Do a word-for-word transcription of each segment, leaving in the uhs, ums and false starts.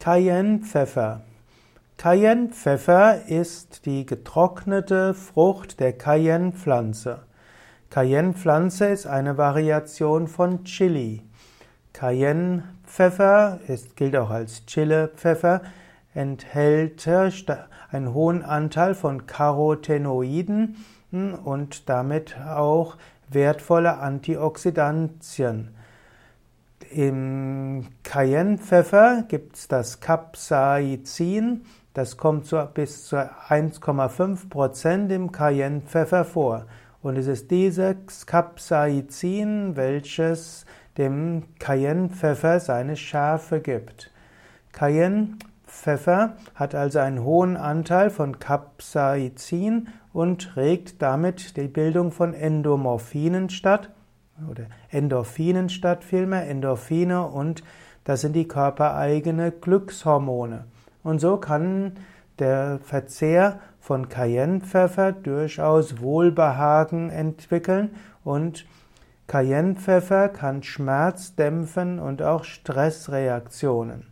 Cayennepfeffer. Cayennepfeffer ist die getrocknete Frucht der Cayennepflanze. Cayennepflanze ist eine Variation von Chili. Cayennepfeffer ist, gilt auch als Chilepfeffer, enthält einen hohen Anteil von Carotenoiden und damit auch wertvolle Antioxidantien. Im Cayennepfeffer gibt es das Capsaicin, das kommt zu, bis zu eins Komma fünf Prozent im Cayennepfeffer vor. Und es ist dieses Capsaicin, welches dem Cayennepfeffer seine Schärfe gibt. Cayennepfeffer hat also einen hohen Anteil von Capsaicin und regt damit die Bildung von Endomorphinen statt, oder Endorphinen statt vielmehr, Endorphine, und das sind die körpereigene Glückshormone. Und so kann der Verzehr von Cayennepfeffer durchaus Wohlbehagen entwickeln, und Cayennepfeffer kann Schmerz dämpfen und auch Stressreaktionen.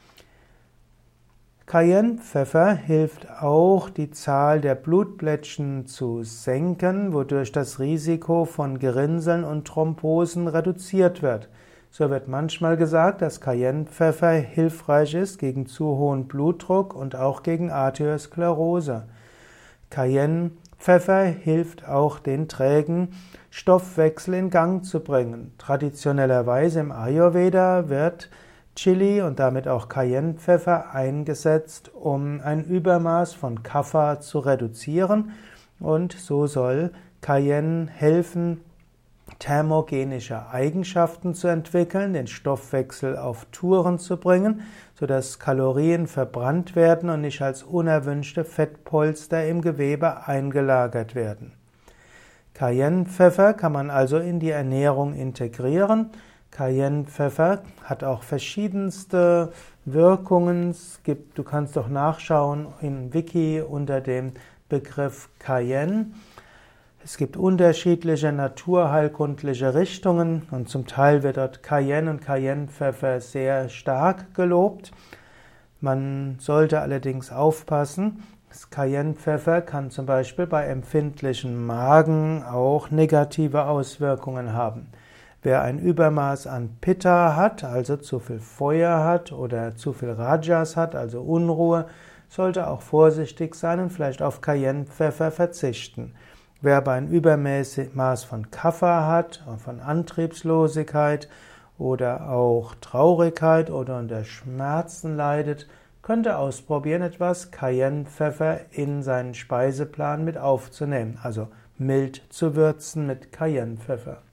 Cayennepfeffer hilft auch, die Zahl der Blutplättchen zu senken, wodurch das Risiko von Gerinnseln und Thrombosen reduziert wird. So wird manchmal gesagt, dass Cayennepfeffer hilfreich ist gegen zu hohen Blutdruck und auch gegen Arteriosklerose. Cayennepfeffer hilft auch, den trägen Stoffwechsel in Gang zu bringen. Traditionellerweise im Ayurveda wird Chili und damit auch Cayennepfeffer eingesetzt, um ein Übermaß von Kapha zu reduzieren, und so soll Cayenne helfen, thermogenische Eigenschaften zu entwickeln, den Stoffwechsel auf Touren zu bringen, sodass Kalorien verbrannt werden und nicht als unerwünschte Fettpolster im Gewebe eingelagert werden. Cayennepfeffer kann man also in die Ernährung integrieren. Cayennepfeffer hat auch verschiedenste Wirkungen. Es gibt, du kannst doch nachschauen in Wiki unter dem Begriff Cayenne. Es gibt unterschiedliche naturheilkundliche Richtungen und zum Teil wird dort Cayenne und Cayennepfeffer sehr stark gelobt. Man sollte allerdings aufpassen. Das Cayennepfeffer kann zum Beispiel bei empfindlichem Magen auch negative Auswirkungen haben. Wer ein Übermaß an Pitta hat, also zu viel Feuer hat oder zu viel Rajas hat, also Unruhe, sollte auch vorsichtig sein und vielleicht auf Cayennepfeffer verzichten. Wer aber ein Übermaß von Kapha hat, von Antriebslosigkeit oder auch Traurigkeit oder unter Schmerzen leidet, könnte ausprobieren, etwas Cayennepfeffer in seinen Speiseplan mit aufzunehmen, also mild zu würzen mit Cayennepfeffer.